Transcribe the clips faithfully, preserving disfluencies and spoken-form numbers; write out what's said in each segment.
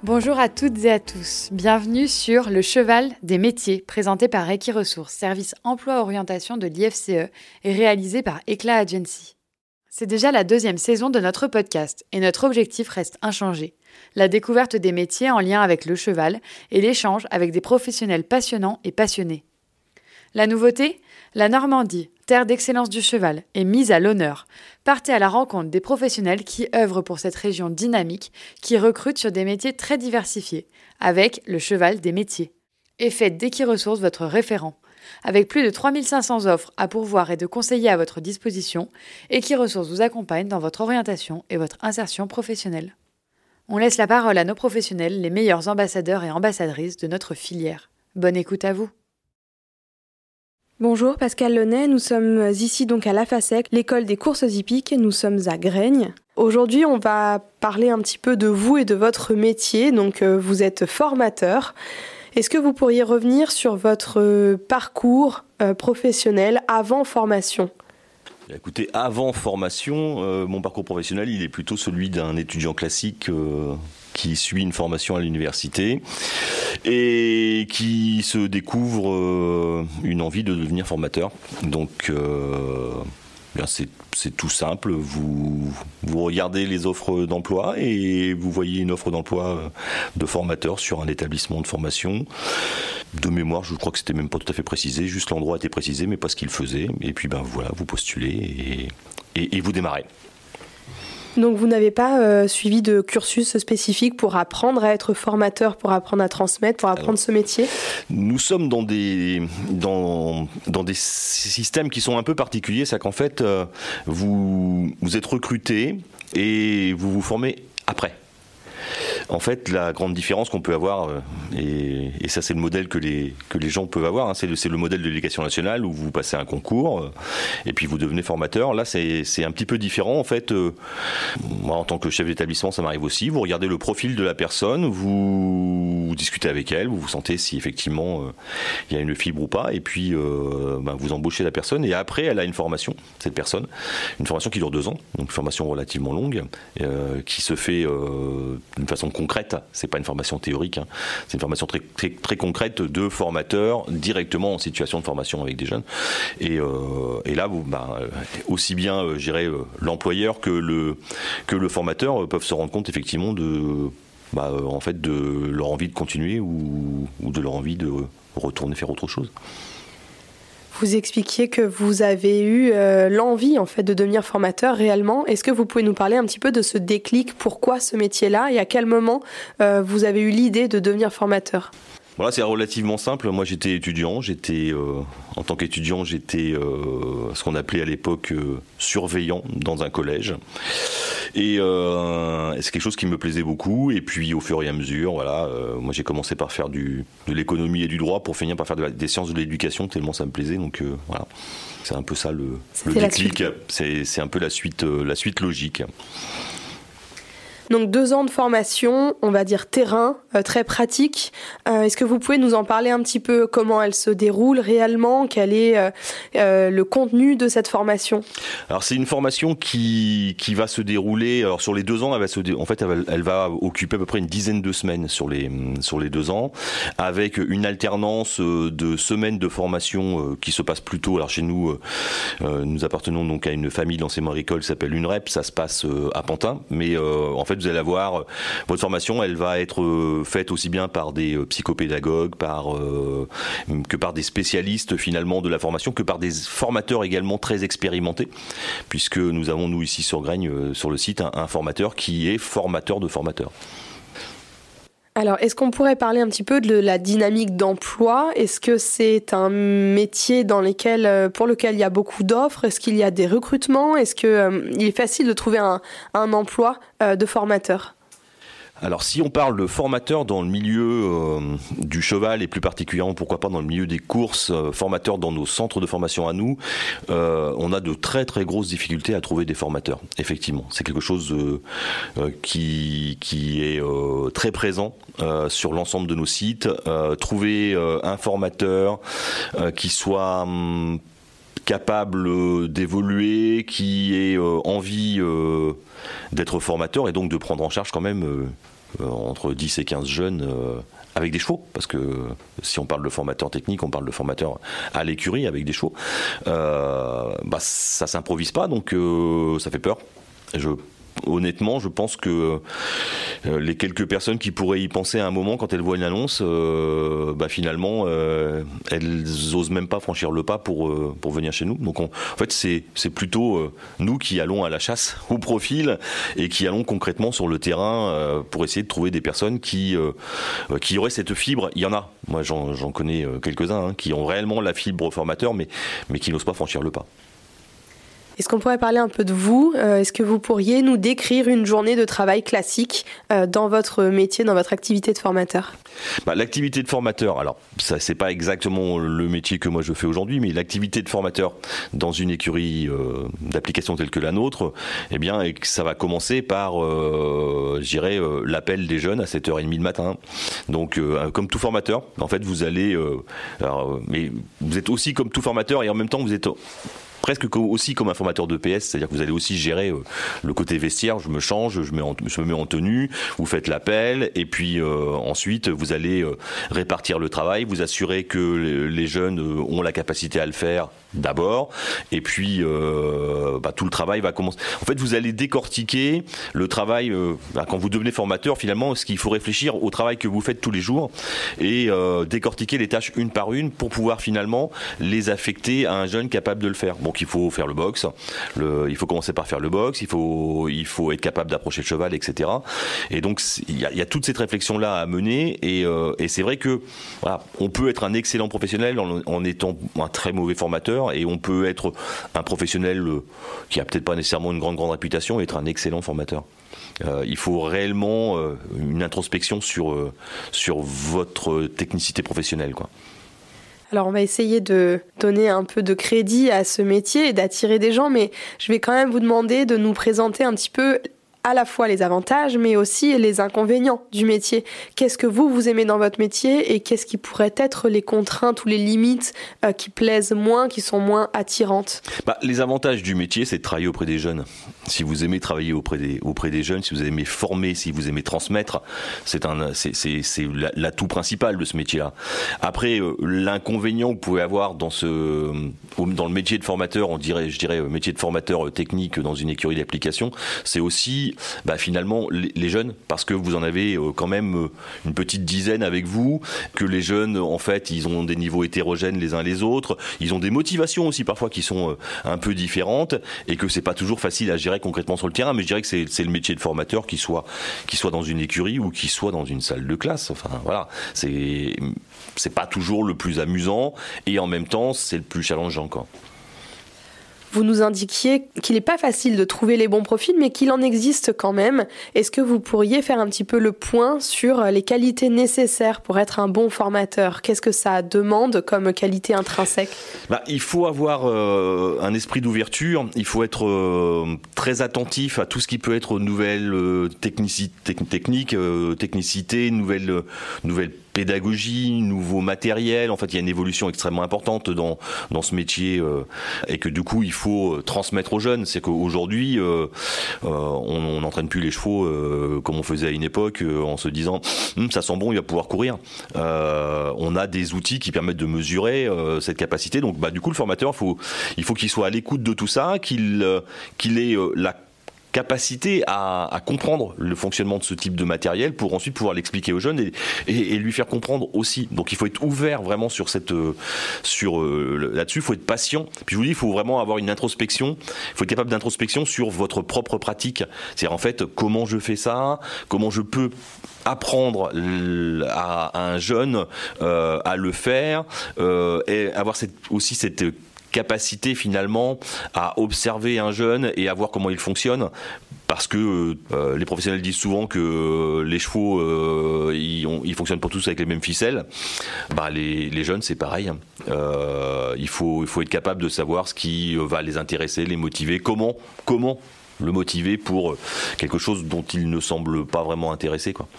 Bonjour à toutes et à tous, bienvenue sur Le Cheval des métiers, présenté par Equiresources, service emploi-orientation de l'I F C E et réalisé par Eclat Agency. C'est déjà la deuxième saison de notre podcast et notre objectif reste inchangé, la découverte des métiers en lien avec le cheval et l'échange avec des professionnels passionnants et passionnés. La nouveauté ? La Normandie, terre d'excellence du cheval, est mise à l'honneur. Partez à la rencontre des professionnels qui œuvrent pour cette région dynamique, qui recrutent sur des métiers très diversifiés, avec le cheval des métiers. Et faites d'Equiresources votre référent. Avec plus de trois mille cinq cents offres à pourvoir et de conseillers à votre disposition, Equiresources vous accompagne dans votre orientation et votre insertion professionnelle. On laisse la parole à nos professionnels, les meilleurs ambassadeurs et ambassadrices de notre filière. Bonne écoute à vous. Bonjour, Pascal Lenay, nous sommes ici donc à l'AFASEC, l'école des courses hippiques, nous sommes à Graignes. Aujourd'hui, on va parler un petit peu de vous et de votre métier, donc euh, vous êtes formateur. Est-ce que vous pourriez revenir sur votre euh, parcours euh, professionnel avant formation ? Écoutez, avant formation, euh, mon parcours professionnel, il est plutôt celui d'un étudiant classique euh, qui suit une formation à l'université et qui se découvre euh, une envie de devenir formateur. Donc, euh, bien c'est, c'est tout simple. Vous, vous regardez les offres d'emploi et vous voyez une offre d'emploi de formateur sur un établissement de formation. De mémoire, je crois que c'était même pas tout à fait précisé, juste l'endroit était précisé, mais pas ce qu'il faisait. Et puis ben voilà, vous postulez et, et, et vous démarrez. Donc vous n'avez pas euh, suivi de cursus spécifique pour apprendre à être formateur, pour apprendre à transmettre, pour apprendre Alors, ce métier ? Nous sommes dans des, dans, dans des systèmes qui sont un peu particuliers, c'est qu'en fait, euh, vous, vous êtes recruté et vous vous formez après. En fait, la grande différence qu'on peut avoir, et, et ça c'est le modèle que les, que les gens peuvent avoir, hein, c'est, le, c'est le modèle de l'éducation nationale où vous passez un concours et puis vous devenez formateur. Là, c'est, c'est un petit peu différent. En fait, euh, moi, en tant que chef d'établissement, ça m'arrive aussi. Vous regardez le profil de la personne, vous, vous discutez avec elle, vous vous sentez si effectivement euh, il y a une fibre ou pas, et puis euh, ben, vous embauchez la personne et après, elle a une formation, cette personne, une formation qui dure deux ans, donc une formation relativement longue, euh, qui se fait euh, d'une façon concrète, c'est pas une formation théorique, hein. C'est une formation très, très, très concrète de formateurs directement en situation de formation avec des jeunes. Et, euh, et là, vous, bah, aussi bien, euh, je dirais, euh, l'employeur que le, que le formateur euh, peuvent se rendre compte effectivement de, bah, euh, en fait, de leur envie de continuer ou, ou de leur envie de retourner faire autre chose. Vous expliquiez que vous avez eu euh, l'envie en fait de devenir formateur réellement. Est-ce que vous pouvez nous parler un petit peu de ce déclic ? Pourquoi ce métier-là ? Et à quel moment euh, vous avez eu l'idée de devenir formateur ? Voilà, c'est relativement simple. Moi, j'étais étudiant. J'étais, euh, en tant qu'étudiant, j'étais euh, ce qu'on appelait à l'époque euh, surveillant dans un collège. Et euh, c'est quelque chose qui me plaisait beaucoup. Et puis, au fur et à mesure, voilà, euh, moi, j'ai commencé par faire du, de l'économie et du droit pour finir par faire de la, des sciences de l'éducation tellement ça me plaisait. Donc, euh, voilà, c'est un peu ça le, le déclic. C'est, c'est un peu la suite, euh, la suite logique. Donc deux ans de formation, on va dire terrain, euh, très pratique. Euh, est-ce que vous pouvez nous en parler un petit peu, comment elle se déroule réellement, quel est euh, euh, le contenu de cette formation ? Alors c'est une formation qui qui va se dérouler. Alors sur les deux ans, elle va se dé... en fait elle va, elle va occuper à peu près une dizaine de semaines sur les sur les deux ans, avec une alternance de semaines de formation qui se passe plutôt. Alors chez nous, euh, nous appartenons donc à une famille d'enseignement agricole qui s'appelle l'UNREP. Ça se passe à Pantin, mais euh, en fait vous allez avoir votre formation, elle va être faite aussi bien par des psychopédagogues, par euh, que par des spécialistes finalement de la formation, que par des formateurs également très expérimentés, puisque nous avons nous ici sur Graignes, sur le site, un, un formateur qui est formateur de formateurs. Alors, est-ce qu'on pourrait parler un petit peu de la dynamique d'emploi ? Est-ce que c'est un métier dans lequel, pour lequel il y a beaucoup d'offres ? Est-ce qu'il y a des recrutements ? Est-ce qu'il euh, est facile de trouver un, un emploi euh, de formateur ? Alors si on parle de formateur dans le milieu euh, du cheval et plus particulièrement pourquoi pas dans le milieu des courses, euh, formateurs dans nos centres de formation à nous, euh, on a de très très grosses difficultés à trouver des formateurs. Effectivement, c'est quelque chose euh, euh, qui qui est euh, très présent euh, sur l'ensemble de nos sites. Euh, trouver euh, un formateur euh, qui soit hum, capable d'évoluer, qui ait euh, envie euh, d'être formateur et donc de prendre en charge quand même euh, euh, entre dix et quinze jeunes euh, avec des chevaux, parce que si on parle de formateur technique, on parle de formateur à l'écurie avec des chevaux. Euh, bah, ça s'improvise pas, donc euh, ça fait peur. Je Honnêtement, je pense que euh, les quelques personnes qui pourraient y penser à un moment quand elles voient une annonce, euh, bah finalement, euh, elles osent même pas franchir le pas pour euh, pour venir chez nous. Donc, on, en fait, c'est c'est plutôt euh, nous qui allons à la chasse au profil et qui allons concrètement sur le terrain euh, pour essayer de trouver des personnes qui euh, qui auraient cette fibre. Il y en a. Moi, j'en, j'en connais quelques-uns hein, qui ont réellement la fibre formateur, mais mais qui n'osent pas franchir le pas. Est-ce qu'on pourrait parler un peu de vous ? euh, Est-ce que vous pourriez nous décrire une journée de travail classique euh, dans votre métier, dans votre activité de formateur ? Bah, l'activité de formateur, alors ça c'est pas exactement le métier que moi je fais aujourd'hui, mais l'activité de formateur dans une écurie euh, d'application telle que la nôtre, eh bien ça va commencer par, euh, je dirais, euh, l'appel des jeunes à sept heures trente le matin. Donc euh, comme tout formateur, en fait vous allez, euh, alors, mais vous êtes aussi comme tout formateur et en même temps vous êtes presque aussi comme un formateur de P S, c'est-à-dire que vous allez aussi gérer euh, le côté vestiaire, je me change, je, mets en, je me mets en tenue, vous faites l'appel, et puis euh, ensuite vous allez euh, répartir le travail, vous assurer que les jeunes euh, ont la capacité à le faire d'abord, et puis euh, bah, tout le travail va commencer. En fait, vous allez décortiquer le travail, euh, bah, quand vous devenez formateur, finalement, ce qu'il faut réfléchir au travail que vous faites tous les jours, et euh, décortiquer les tâches une par une pour pouvoir finalement les affecter à un jeune capable de le faire. Donc il faut faire le box, le, il faut commencer par faire le box, il faut, il faut être capable d'approcher le cheval, et cetera. Et donc il y a, il y a toute cette réflexion-là à mener, et, euh, et c'est vrai que voilà, on peut être un excellent professionnel en, en étant un très mauvais formateur, et on peut être un professionnel qui a peut-être pas nécessairement une grande grande réputation et être un excellent formateur. Euh, il faut réellement euh, une introspection sur euh, sur votre technicité professionnelle, quoi. Alors on va essayer de donner un peu de crédit à ce métier et d'attirer des gens, mais je vais quand même vous demander de nous présenter un petit peu à la fois les avantages, mais aussi les inconvénients du métier. Qu'est-ce que vous, vous aimez dans votre métier, et qu'est-ce qui pourrait être les contraintes ou les limites euh, qui plaisent moins, qui sont moins attirantes ? Bah, les avantages du métier, c'est de travailler auprès des jeunes. Si vous aimez travailler auprès des, auprès des jeunes, si vous aimez former, si vous aimez transmettre, c'est, un, c'est, c'est, c'est l'atout principal de ce métier-là. Après, euh, l'inconvénient que vous pouvez avoir dans, ce, dans le métier de formateur, on dirait, je dirais métier de formateur technique dans une écurie d'application, c'est aussi Bah finalement les, les jeunes, parce que vous en avez euh, quand même euh, une petite dizaine avec vous, que les jeunes en fait ils ont des niveaux hétérogènes les uns les autres, ils ont des motivations aussi parfois qui sont euh, un peu différentes, et que c'est pas toujours facile à gérer concrètement sur le terrain. Mais je dirais que c'est, c'est le métier de formateur, qui soit qui soit dans une écurie ou qui soit dans une salle de classe. Enfin voilà, c'est c'est pas toujours le plus amusant, et en même temps c'est le plus challengeant, quoi. Vous nous indiquiez qu'il n'est pas facile de trouver les bons profils, mais qu'il en existe quand même. Est-ce que vous pourriez faire un petit peu le point sur les qualités nécessaires pour être un bon formateur ? Qu'est-ce que ça demande comme qualité intrinsèque ? Bah, il faut avoir euh, un esprit d'ouverture, il faut être euh, très attentif à tout ce qui peut être nouvelle euh, technicité, technique, euh, technicité, nouvelle, euh, nouvelle pédagogie, nouveau matériel. En fait, il y a une évolution extrêmement importante dans dans ce métier, euh, et que du coup, il faut transmettre aux jeunes. C'est qu'aujourd'hui, euh, euh, on n'entraîne plus les chevaux euh, comme on faisait à une époque, euh, en se disant hm, ça sent bon, il va pouvoir courir. Euh, on a des outils qui permettent de mesurer euh, cette capacité. Donc, bah, du coup, le formateur, faut, il faut qu'il soit à l'écoute de tout ça, qu'il euh, qu'il ait euh, la capacité à, à comprendre le fonctionnement de ce type de matériel pour ensuite pouvoir l'expliquer aux jeunes et, et, et lui faire comprendre aussi. Donc il faut être ouvert vraiment sur cette, sur euh, là-dessus. Il faut être patient. Puis je vous dis, il faut vraiment avoir une introspection. Il faut être capable d'introspection sur votre propre pratique. C'est-à-dire en fait comment je fais ça, comment je peux apprendre à, à un jeune euh, à le faire, euh, et avoir cette, aussi cette capacité finalement à observer un jeune et à voir comment il fonctionne, parce que euh, les professionnels disent souvent que euh, les chevaux euh, ils, ont, ils fonctionnent pas tous avec les mêmes ficelles. Bah, les, les jeunes c'est pareil, euh, il faut, il faut être capable de savoir ce qui va les intéresser, les motiver, comment, comment le motiver pour quelque chose dont il ne semble pas vraiment intéressé, quoi.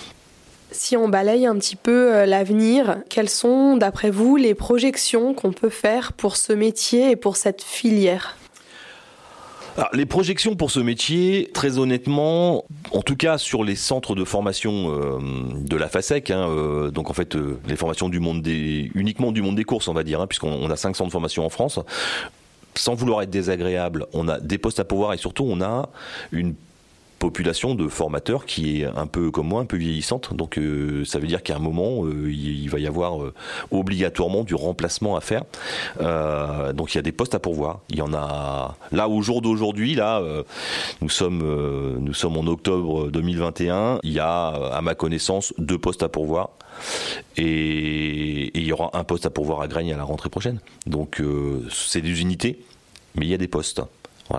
Si on balaye un petit peu l'avenir, quelles sont, d'après vous, les projections qu'on peut faire pour ce métier et pour cette filière ? Alors, les projections pour ce métier, très honnêtement, en tout cas sur les centres de formation euh, de la FASEC, hein, euh, donc en fait euh, les formations du monde des, uniquement du monde des courses, on va dire, hein, puisqu'on on a cinq centres de formation en France. Sans vouloir être désagréable, on a des postes à pourvoir et surtout on a une population de formateurs qui est un peu comme moi, un peu vieillissante. Donc euh, ça veut dire qu'à un moment, euh, il, il va y avoir euh, obligatoirement du remplacement à faire. Euh, donc il y a des postes à pourvoir. Il y en a là au jour d'aujourd'hui. Là, euh, nous sommes euh, nous sommes en octobre deux mille vingt et un. Il y a, à ma connaissance, deux postes à pourvoir. Et, et il y aura un poste à pourvoir à Graigne à la rentrée prochaine. Donc euh, c'est des unités, mais il y a des postes. Voilà.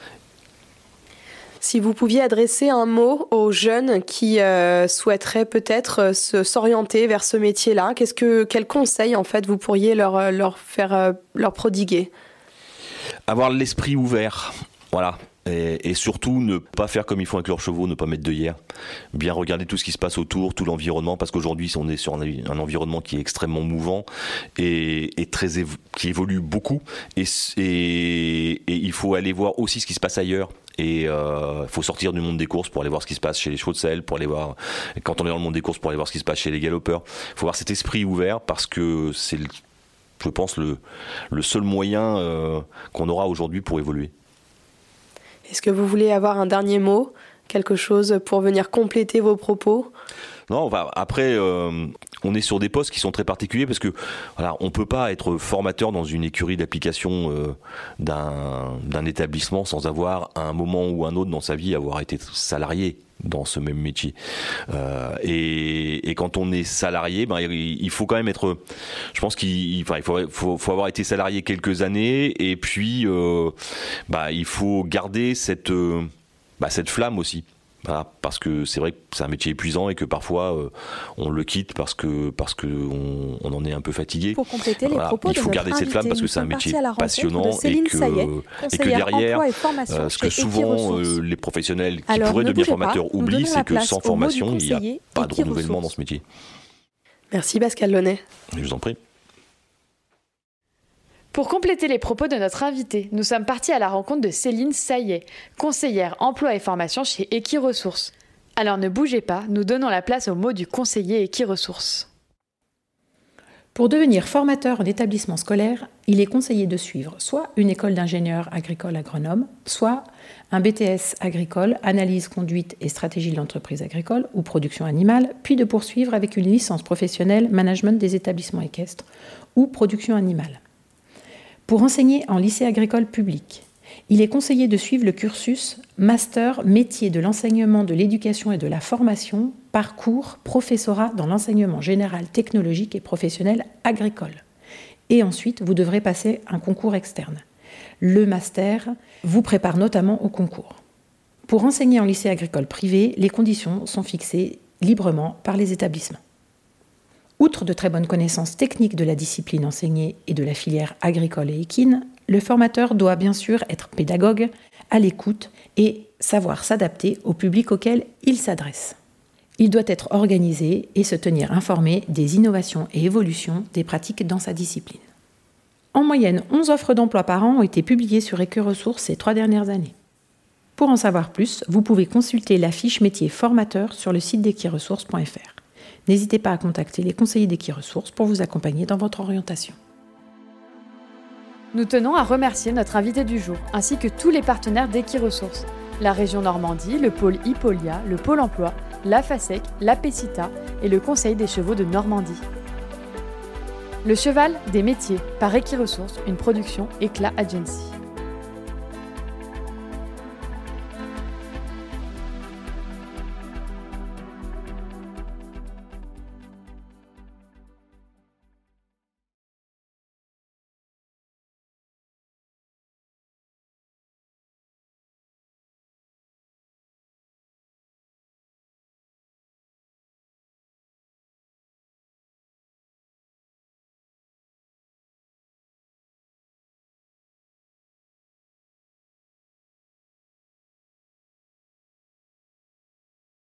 Si vous pouviez adresser un mot aux jeunes qui euh, souhaiteraient peut-être euh, se, s'orienter vers ce métier-là, qu'est-ce que, quels conseils en fait vous pourriez leur, leur faire euh, leur prodiguer ? Avoir l'esprit ouvert, voilà. Et, et surtout ne pas faire comme ils font avec leurs chevaux, ne pas mettre d'œillères. Bien regarder tout ce qui se passe autour, tout l'environnement, parce qu'aujourd'hui on est sur un, un environnement qui est extrêmement mouvant et, et très évo- qui évolue beaucoup. Et, et, et il faut aller voir aussi ce qui se passe ailleurs. Et il euh, faut sortir du monde des courses pour aller voir ce qui se passe chez les chevaux de selle, pour aller voir, quand on est dans le monde des courses, pour aller voir ce qui se passe chez les galopeurs. Il faut avoir cet esprit ouvert parce que c'est, je pense, le, le seul moyen euh, qu'on aura aujourd'hui pour évoluer. Est-ce que vous voulez avoir un dernier mot, quelque chose pour venir compléter vos propos ? Non, enfin, après, euh, on est sur des postes qui sont très particuliers parce que voilà, on peut pas être formateur dans une écurie d'application euh, d'un, d'un établissement sans avoir, à un moment ou un autre dans sa vie, avoir été salarié dans ce même métier. Euh, et, et quand on est salarié, ben, il, il faut quand même être... Je pense qu'il enfin, il faut, faut, faut avoir été salarié quelques années et puis euh, ben, il faut garder cette, euh, ben, cette flamme aussi. Voilà, parce que c'est vrai que c'est un métier épuisant et que parfois euh, on le quitte parce que parce que on, on en est un peu fatigué. Pour compléter les voilà, propos il faut de garder notre cette flamme parce que c'est un métier passionnant et que, Sayet, et que derrière, euh, ce que souvent euh, les professionnels qui Alors, pourraient devenir formateurs pas, oublient, c'est que sans formation, il n'y a pas de renouvellement ressources. dans ce métier. Merci Pascal Launay. Je vous en prie. Pour compléter les propos de notre invité, nous sommes partis à la rencontre de Céline Sayet, conseillère emploi et formation chez Equiresources. Alors ne bougez pas, nous donnons la place au mot du conseiller Equiresources. Pour devenir formateur en établissement scolaire, il est conseillé de suivre soit une école d'ingénieur agricole agronome, soit un B T S agricole, analyse, conduite et stratégie de l'entreprise agricole ou production animale, puis de poursuivre avec une licence professionnelle management des établissements équestres ou production animale. Pour enseigner en lycée agricole public, il est conseillé de suivre le cursus Master métier de l'enseignement de l'éducation et de la formation, parcours professorat dans l'enseignement général technologique et professionnel agricole. Et ensuite, vous devrez passer un concours externe. Le master vous prépare notamment au concours. Pour enseigner en lycée agricole privé, les conditions sont fixées librement par les établissements. Outre de très bonnes connaissances techniques de la discipline enseignée et de la filière agricole et équine, le formateur doit bien sûr être pédagogue, à l'écoute et savoir s'adapter au public auquel il s'adresse. Il doit être organisé et se tenir informé des innovations et évolutions des pratiques dans sa discipline. En moyenne, onze offres d'emploi par an ont été publiées sur Equiresources ces trois dernières années. Pour en savoir plus, vous pouvez consulter la fiche métier formateur sur le site d'equiresources point f r. N'hésitez pas à contacter les conseillers d'Equiresources pour vous accompagner dans votre orientation. Nous tenons à remercier notre invité du jour, ainsi que tous les partenaires d'Equiresources, la région Normandie, le pôle Hippolia, le pôle emploi, la FASEC, la PECITA et le Conseil des chevaux de Normandie. Le cheval des métiers par Equiresources, une production Éclat Agency.